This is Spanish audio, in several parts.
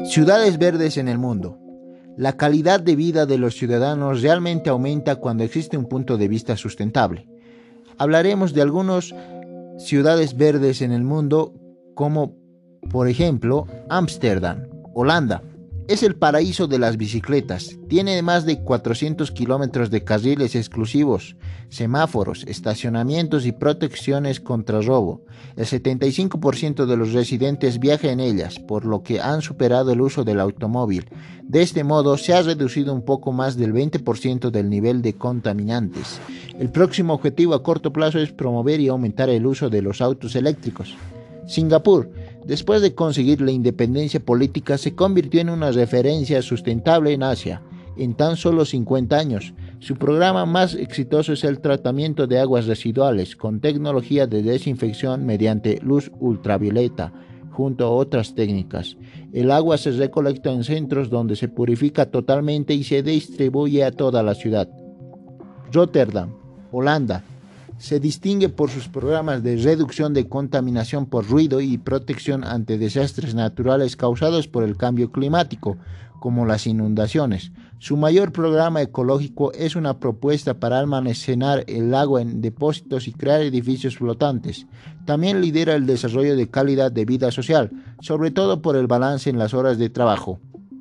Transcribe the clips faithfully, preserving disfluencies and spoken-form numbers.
Ciudades verdes en el mundo. La calidad de vida de los ciudadanos realmente aumenta cuando existe un punto de vista sustentable. Hablaremos de algunas ciudades verdes en el mundo, como por ejemplo Ámsterdam, Holanda. Es el paraíso de las bicicletas. Tiene más de cuatrocientos kilómetros de carriles exclusivos, semáforos, estacionamientos y protecciones contra robo. El setenta y cinco por ciento de los residentes viaja en ellas, por lo que han superado el uso del automóvil. De este modo, se ha reducido un poco más del veinte por ciento del nivel de contaminantes. El próximo objetivo a corto plazo es promover y aumentar el uso de los autos eléctricos. Singapur, después de conseguir la independencia política, se convirtió en una referencia sustentable en Asia. En tan solo cincuenta años, su programa más exitoso es el tratamiento de aguas residuales con tecnología de desinfección mediante luz ultravioleta, junto a otras técnicas. El agua se recolecta en centros donde se purifica totalmente y se distribuye a toda la ciudad. Rotterdam, Holanda, se distingue por sus programas de reducción de contaminación por ruido y protección ante desastres naturales causados por el cambio climático, como las inundaciones. Su mayor programa ecológico es una propuesta para almacenar el agua en depósitos y crear edificios flotantes. También lidera el desarrollo de calidad de vida social, sobre todo por el balance en las horas de trabajo.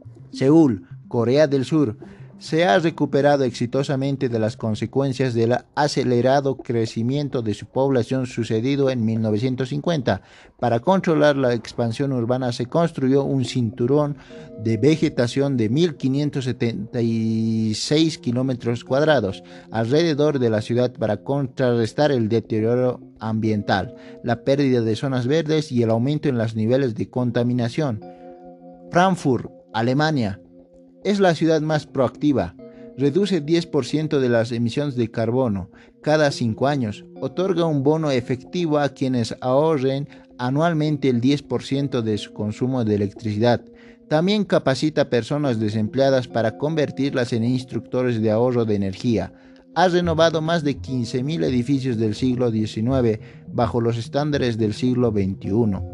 Seúl, Corea del Sur, se ha recuperado exitosamente de las consecuencias del acelerado crecimiento de su población sucedido en mil novecientos cincuenta. Para controlar la expansión urbana se construyó un cinturón de vegetación de mil quinientos setenta y seis kilómetros cuadrados alrededor de la ciudad para contrarrestar el deterioro ambiental, la pérdida de zonas verdes y el aumento en los niveles de contaminación. Frankfurt, Alemania, es la ciudad más proactiva. Reduce diez por ciento de las emisiones de carbono cada cinco años. Otorga un bono efectivo a quienes ahorren anualmente el diez por ciento de su consumo de electricidad. También capacita a personas desempleadas para convertirlas en instructores de ahorro de energía. Ha renovado más de quince mil edificios del siglo diecinueve bajo los estándares del siglo veintiuno.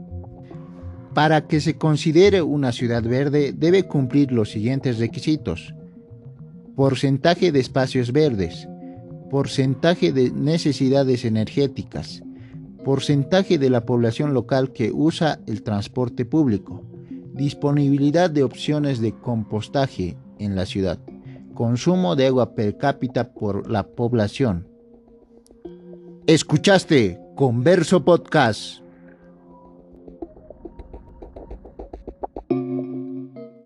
Para que se considere una ciudad verde, debe cumplir los siguientes requisitos: porcentaje de espacios verdes, porcentaje de necesidades energéticas, porcentaje de la población local que usa el transporte público, disponibilidad de opciones de compostaje en la ciudad, consumo de agua per cápita por la población. Escuchaste Converso Podcast.